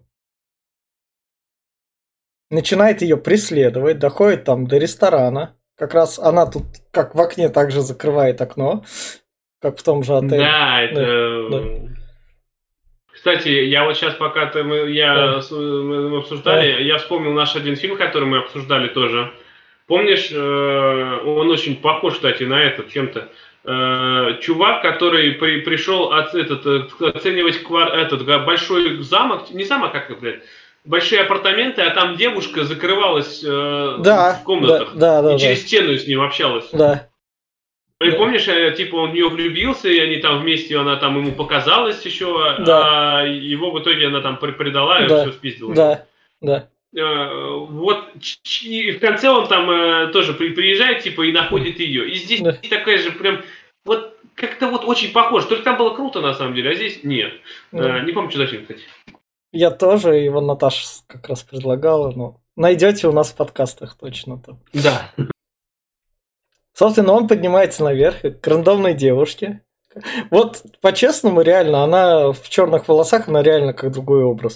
Начинает ее преследовать, доходит там до ресторана. Как раз она тут, как в окне, также закрывает окно, как в том же отеле. Да, это... Да, Кстати, я вот сейчас, пока ты, мы, я, Да. с- мы обсуждали, я вспомнил наш один фильм, который мы обсуждали тоже. Помнишь, э, он очень похож, кстати, на этот чем-то. Э, чувак, который при, пришел от, этот, э, оценивать квар, этот га- большой замок, не замок, как это, блядь, большие апартаменты, а там девушка закрывалась э, Да, в комнатах да, да, и да, через да. стену с ним общалась. Да. И Да. помнишь, э, типа он в нее влюбился, и они там вместе, она там ему показалась еще, Да. а его в итоге она там пр- предала и Да. все спиздила. Да. Да. Э, Вот ч- ч- и в конце он там э, тоже при- приезжает, типа, и находит ее. И здесь Да. такая же прям, вот как-то вот очень похож. Только там было круто на самом деле, а здесь нет. Да. Э, Не помню, что за фильм, кстати. Я тоже, его Наташа как раз предлагала, но найдете у нас в подкастах точно там. Да. Собственно, он поднимается наверх к рандомной девушке. Вот, по-честному, реально, она в черных волосах, она реально как другой образ.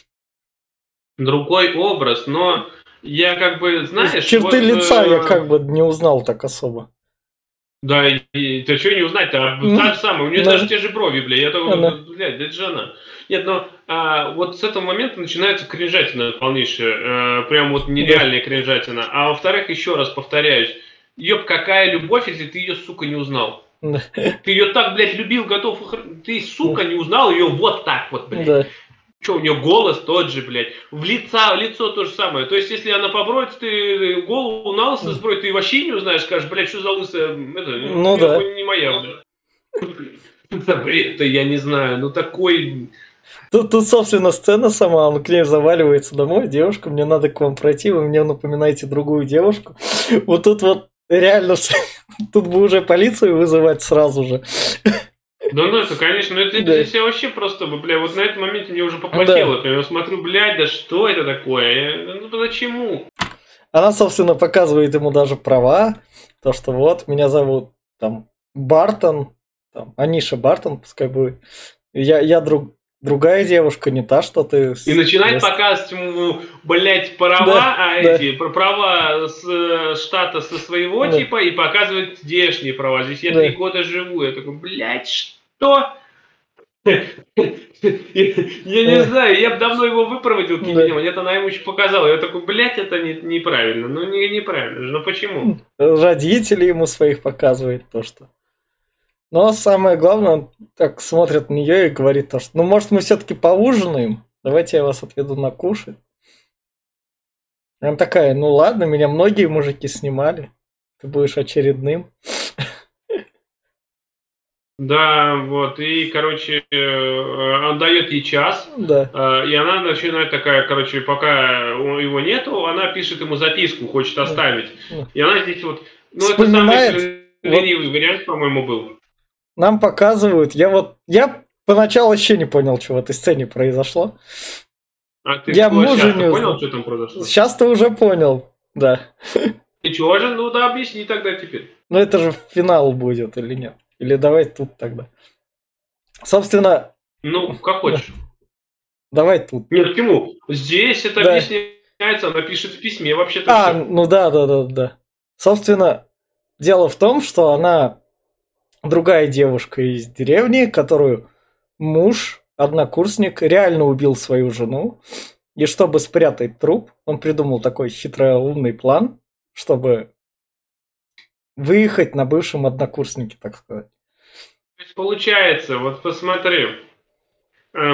Другой образ, но я как бы, знаешь... Черты вот, лица э, я как бы не узнал так особо. Да, и ты что не узнать-то? А Ну, та же самая, у нее да. даже те же брови, бля. Я только, Она. блядь, это же она. Нет, но а, вот с этого момента начинается кринжатина полнейшая. э, прям вот нереальная кринжатина. А во-вторых, еще раз повторяюсь. Ёб, какая любовь, если ты ее, сука, не узнал. Да. Ты ее так, блядь, любил, готов... охр- Ты, сука, не узнал ее вот так вот, блядь. Да. Что, у нее голос тот же, блядь. В лица, лицо то же самое. То есть, если она поброет, ты голову на лысо сброит, ты вообще не узнаешь, скажешь, блядь, что за лысая, это, Ну не, да. не моя, блядь. Это бред, я не знаю, ну такой... Тут, тут, собственно, сцена сама, он к ней заваливается домой. Девушка, мне надо к вам пройти, вы мне напоминаете другую девушку. Вот тут вот реально, тут бы уже полицию вызывать сразу же. Да ну это, конечно, ну это Да. здесь я вообще просто, бля, вот на этом моменте мне уже поплохело. Я смотрю, блядь, да что это такое? Я, ну почему? Она, собственно, показывает ему даже права. То, что вот, меня зовут там Бартон, там, Аниша Бартон, пускай будет. Я, я друг другая девушка, не та, что ты... И начинает показывать ему, блядь, права, Да, а да. эти, про права с э, штата со своего Да. типа, и показывает здешние права. Здесь я Да. три года живу. Я такой, блядь, что? Я не Да. знаю, я бы давно его выпроводил, Да. нет, она ему еще показала. Я такой, блядь, это не- неправильно. Ну, не- неправильно же, ну почему? Родители ему своих показывает то, что... Но самое главное, он так смотрит на нее и говорит то, что ну может мы все-таки поужинаем? Давайте я вас отведу на кушать. И она такая, ну ладно, меня многие мужики снимали. Ты будешь очередным. Да, вот, и, короче, э, он дает ей час, Да. э, и она начинает такая, короче, пока у- его нету, она пишет ему записку, хочет Да. оставить. Да. И она здесь вот, ну, это Вспоминает, самый вот ленивый вариант, по-моему, был. нам показывают, я вот, я поначалу вообще не понял, что в этой сцене произошло. А ты Я вот мужа сейчас не понял, узнал. что там произошло? Сейчас ты уже понял, да. И чего же? Ну да, объясни тогда теперь. Ну это же финал будет или нет? Или давай тут тогда. Собственно, Ну, как да. хочешь. Давай тут. Нет, почему? Здесь это Да. объясняется, она пишет в письме вообще-то А, всё. ну да, да, да, да. Собственно, дело в том, что она другая девушка из деревни, которую муж, однокурсник, реально убил свою жену. И чтобы спрятать труп, он придумал такой хитроумный план, чтобы выехать на бывшем однокурснике, так сказать. То есть получается, вот посмотри, э,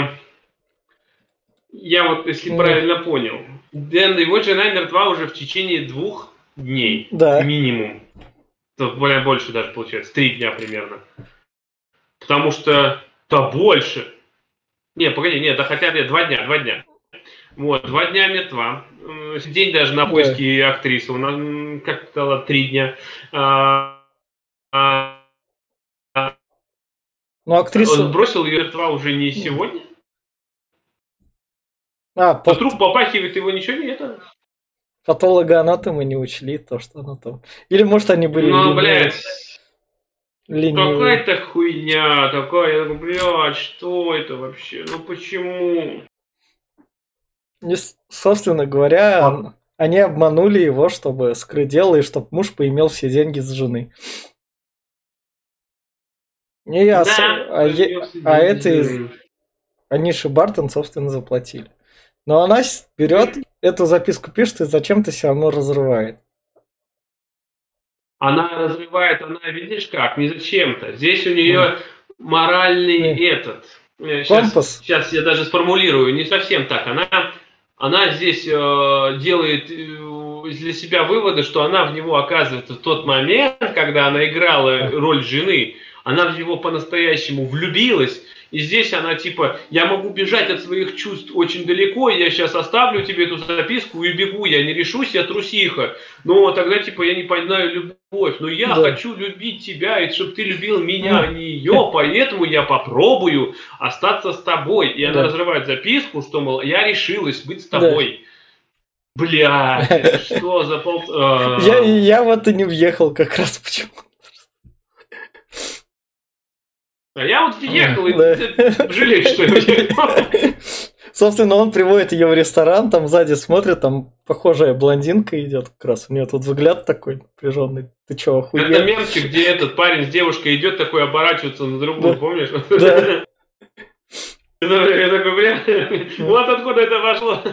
я вот, если Ну, правильно понял, Дэн, его жена мертва уже в течение двух дней, да. минимум. То более больше даже получается, три дня примерно. Потому что, да больше. Не, погоди, нет, да хотя бы два дня, два дня. Вот, два дня мертва. М, День даже на Да. поиски актрисы. У нас, м, как сказала, три дня. А, а, а, Ну, Он актриса... бросил ее мертва уже не сегодня. А, Но пат- труп попахивает, его ничего не это. патологоанатомы не учли то, что она там... Или, может, они были Ну, ленивы. блядь, Ленивые. какая-то хуйня такая. Я думаю, блядь, что это вообще? Ну почему? И, с- собственно говоря, он- они обманули его, чтобы скрыть дело, и чтобы муж поимел все деньги с жены. И ос- Да, а, е- возьмёшься а деньги это из... жирные. Аниши Бартон, собственно, заплатили. Но она с- берет эту записку, пишет и зачем-то все равно разрывает. Она разрывает, она, видишь как, не зачем-то. Здесь у нее М. моральный Не. этот. Сейчас, Компас. сейчас я даже сформулирую, не совсем так. Она, она здесь э, делает э, для себя выводы, что она в него оказывается в тот момент, когда она играла роль жены, она в него по-настоящему влюбилась. И здесь она типа, я могу бежать от своих чувств очень далеко, я сейчас оставлю тебе эту записку и бегу, я не решусь, я трусиха. Но тогда типа я не познаю любовь, но я Да. хочу любить тебя, и чтобы ты любил меня, а Ну. не ее, поэтому я попробую остаться с тобой. И она Да. разрывает записку, что, мол, я решилась быть с Да. тобой. Блядь, это что за пол... Я, а, я вот и не въехал как раз почему. А я вот въехал, и Да. ты жалеешь, что я въехал. Собственно, он приводит ее в ресторан, там сзади смотрит, там похожая блондинка идет как раз. У нее тут взгляд такой напряженный. Ты чего, охуел? Это мемчик, где этот парень с девушкой идет такой, оборачивается на другую, Да. помнишь? Да. Я такой, бля, вот откуда это пошло.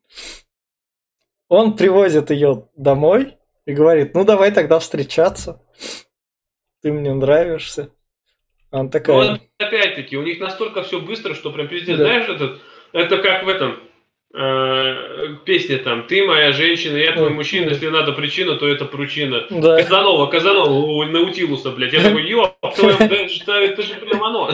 Он привозит ее домой и говорит, ну давай тогда встречаться. Ты мне нравишься. Она Ну, такая, вот опять-таки, у них настолько все быстро, что прям пиздец. Да. Знаешь, этот, это как в этом э, песне там, ты моя женщина, я твой Да. мужчина, если надо причина, то это причина. да. Казанова, Казанова, у Наутилуса, блядь. Я такой, ёб, твою, да, это, это же прям оно.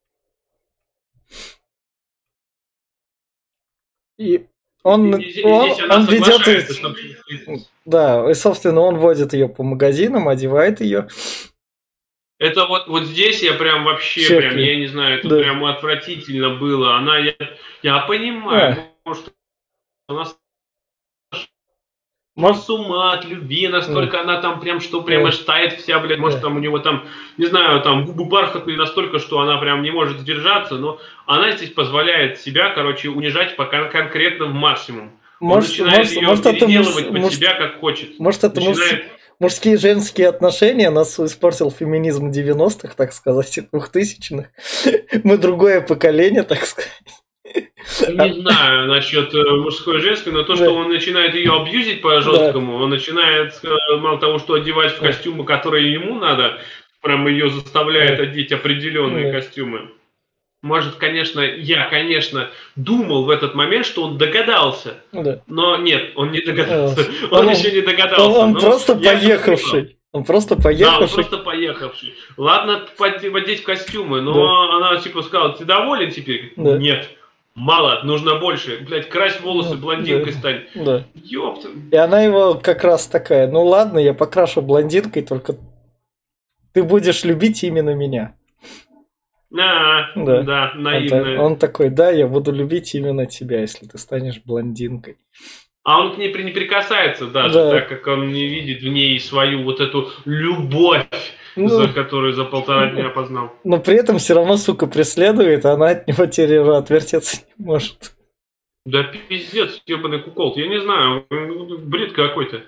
И он, И здесь, он, здесь она он ведет соглашается, их, что... да, и собственно он водит ее по магазинам, одевает ее. Это вот, вот здесь я прям вообще, Чекай. прям, я не знаю, это Да. прям отвратительно было. Она, я, я понимаю, А. может, у нас Может, с ума от любви, настолько Да. она там прям, что прям Да. аж тает вся, блядь, может Да. там у него там, не знаю, там губы бархатные настолько, что она прям не может сдержаться, но она здесь позволяет себя, короче, унижать пока конкретно в максимум. Он Может, начинает может, ее может, это муж, переделывать под муж, себя как хочет. может, это муж- Начинает... мужские и женские отношения. Нас испортил феминизм девяностых, так сказать, и двухтысячных. Мы другое поколение, так сказать. Не знаю насчет э, мужской и женской, но то, Да. что он начинает ее абьюзить по жесткому, он начинает, э, мало того, что одевать в Да. костюмы, которые ему надо, прям ее заставляет Да. одеть определенные Да. костюмы. Может, конечно, я, конечно, думал в этот момент, что он догадался, Да. но нет, он не догадался. Э, Он Он, еще не он, догадался. он но просто я подозревал. поехавший. Он просто Да, он поехавший. просто поехавший. Ладно, под- одеть костюмы, но Да. она типа сказала, ты доволен теперь? Да. Нет. Мало, нужно больше. Блять, крась волосы, Ну, блондинкой да. стань. Да. Ёпта. И она его как раз такая: ну ладно, я покрашу блондинкой, только ты будешь любить именно меня. А, Да. да, Он, та- наивная. он такой: да, я буду любить именно тебя, если ты станешь блондинкой. А он к ней при- не прикасается даже, Да. так как он не видит в ней свою вот эту любовь, Ну, за которую за полтора дня познал. но при этом все равно, сука, преследует, а она от него теперь уже отвертеться не может. Да пиздец, ебаный кукол. Я не знаю, бред какой-то.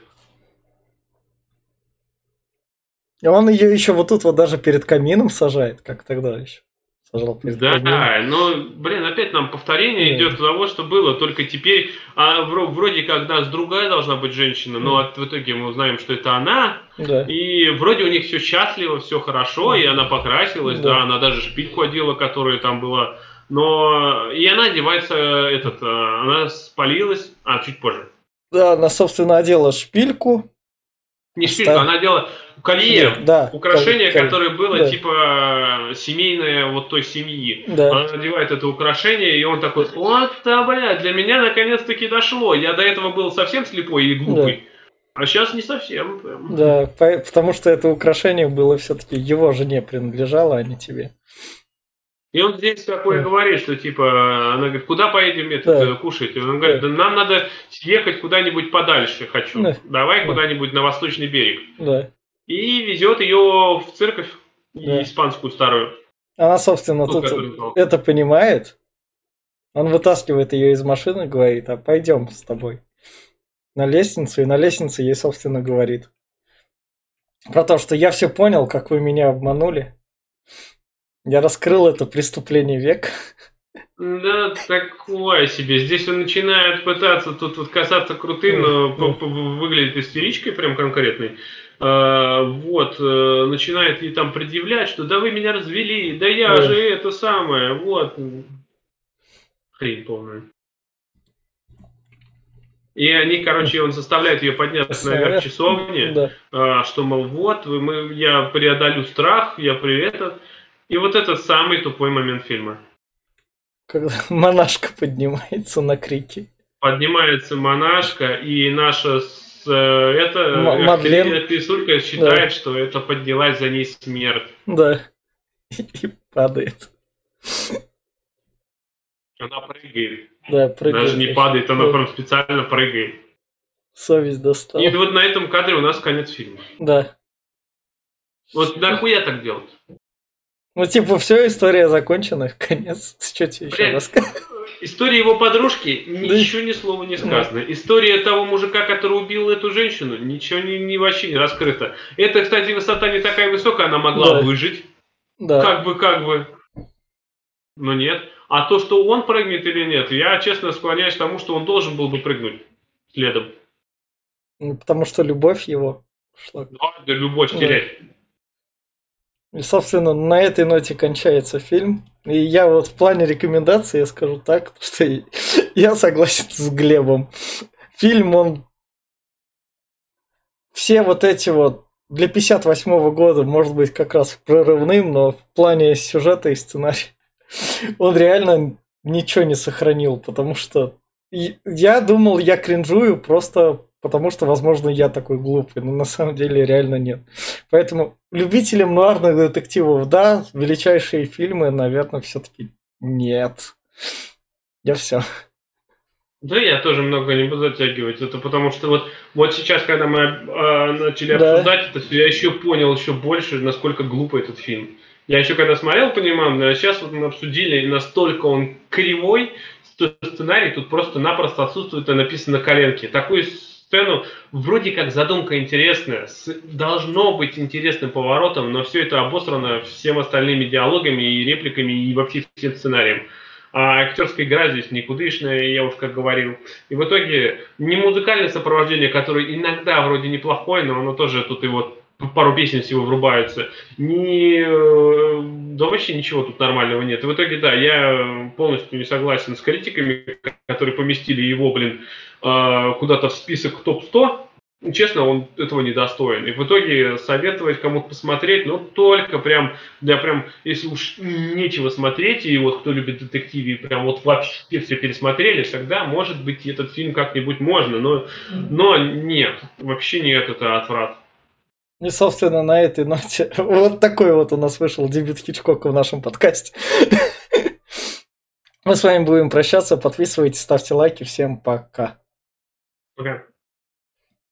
И он ее еще вот тут вот даже перед камином сажает, как тогда еще. Сажал перед Да, камином. но, блин, опять нам повторение Да. идет того, что было, только теперь, а, вро- вроде как нас другая должна быть женщина, но Да. от- в итоге мы узнаем, что это она, Да. и вроде у них все счастливо, все хорошо, и она покрасилась, Да. да, она даже шпильку одела, которая там была, но и она одевается, этот, а, она спалилась, а, чуть позже. Да, она, собственно, одела шпильку. Не шпильку, Оста- она одела колье, Да, да, украшение, кол- кол- которое было да. типа семейное вот той семьи. Да. Она надевает это украшение, и он такой: вот, да, бля, для меня наконец-таки дошло. Я до этого был совсем слепой и глупый, а сейчас не совсем. Прям. Да, по- потому что это украшение было все-таки его жене принадлежало, а не тебе. И он здесь такое Да. говорит, что типа, она говорит, куда поедем это, Да. кушать? И он говорит, Да. да нам надо ехать куда-нибудь подальше, хочу. Да. Давай Да. куда-нибудь на восточный берег. Да. И везет ее в церковь Да. испанскую старую. Она, собственно, Ну, тут которую знал. это понимает. Он вытаскивает ее из машины, говорит: а пойдем с тобой на лестницу. И на лестнице ей, собственно, говорит про то, что я все понял, как вы меня обманули. Я раскрыл это преступление века. Да, такое себе. Здесь он начинает пытаться тут вот казаться крутым, но по- по- выглядит истеричкой прям конкретной. А, вот, э, начинает ей там предъявлять, что да вы меня развели, да я Да. же это самое, вот. Хрень полная. И они, короче, он заставляет ее подняться наверх часовни, Да. а, что, мол, вот, вы- мы, я преодолю страх, я при этом. И вот это самый тупой момент фильма. Когда монашка поднимается на крики. Поднимается монашка, и наша с, э, это, М- Мадлен. актри- актрисулька считает, что это поднялась за ней смерть. Да. И падает. Она прыгает. Да, прыгает. Даже не падает, она Да. прям специально прыгает. Совесть достала. И вот на этом кадре у нас конец фильма. Да. Вот нахуя так делать? Ну, типа, все, история закончена, конец. Что тебе еще Блядь, рассказать? история его подружки, ничего ни слова не сказано. История того мужика, который убил эту женщину, ничего не, не вообще не раскрыто. Это, кстати, высота не такая высокая, она могла Да. выжить. Да. Как бы, как бы. Но нет. А то, что он прыгнет или нет, я честно склоняюсь к тому, что он должен был бы прыгнуть следом. Ну, потому что любовь его шла. Да, да, любовь Да. терять. И, собственно, на этой ноте кончается фильм. И я вот в плане рекомендаций я скажу так, что я согласен с Глебом. Фильм, он... Все вот эти вот... Для пятьдесят восьмого года, может быть, как раз прорывным, но в плане сюжета и сценария он реально ничего не сохранил, потому что и- я думал, я кринжую просто потому, что, возможно, я такой глупый, но на самом деле реально нет. Поэтому любителям нуарных детективов, да, величайшие фильмы, наверное, все-таки нет. Я все. Да, я тоже много не буду затягивать. Это потому что вот, вот сейчас, когда мы э, начали Да. обсуждать это, я еще понял еще больше, насколько глупый этот фильм. Я еще когда смотрел, понимал, но сейчас вот мы обсудили, настолько он кривой, что сценарий тут просто-напросто отсутствует, и написано на коленке. Такую сцену, вроде как задумка интересная, с, должно быть интересным поворотом, но все это обосрано всем остальными диалогами и репликами и вообще всем сценарием. А актерская игра здесь никудышная, я уж как говорил. И в итоге не музыкальное сопровождение, которое иногда вроде неплохое, но оно тоже тут и вот пару песен всего врубаются. Не, да вообще ничего тут нормального нет. И в итоге, да, я полностью не согласен с критиками, которые поместили его, блин, куда-то в список топ сто. Честно, он этого не достоин. И в итоге советовать кому-то посмотреть, ну, только прям, для прям, если уж нечего смотреть, и вот кто любит детективы, прям вот вообще все пересмотрели, тогда, может быть, этот фильм как-нибудь можно, но, но нет, вообще нет, это отврат. И, собственно, на этой ноте вот такой вот у нас вышел дебют Хичкока в нашем подкасте. Мы с вами будем прощаться. Подписывайтесь, ставьте лайки. Всем пока. Пока.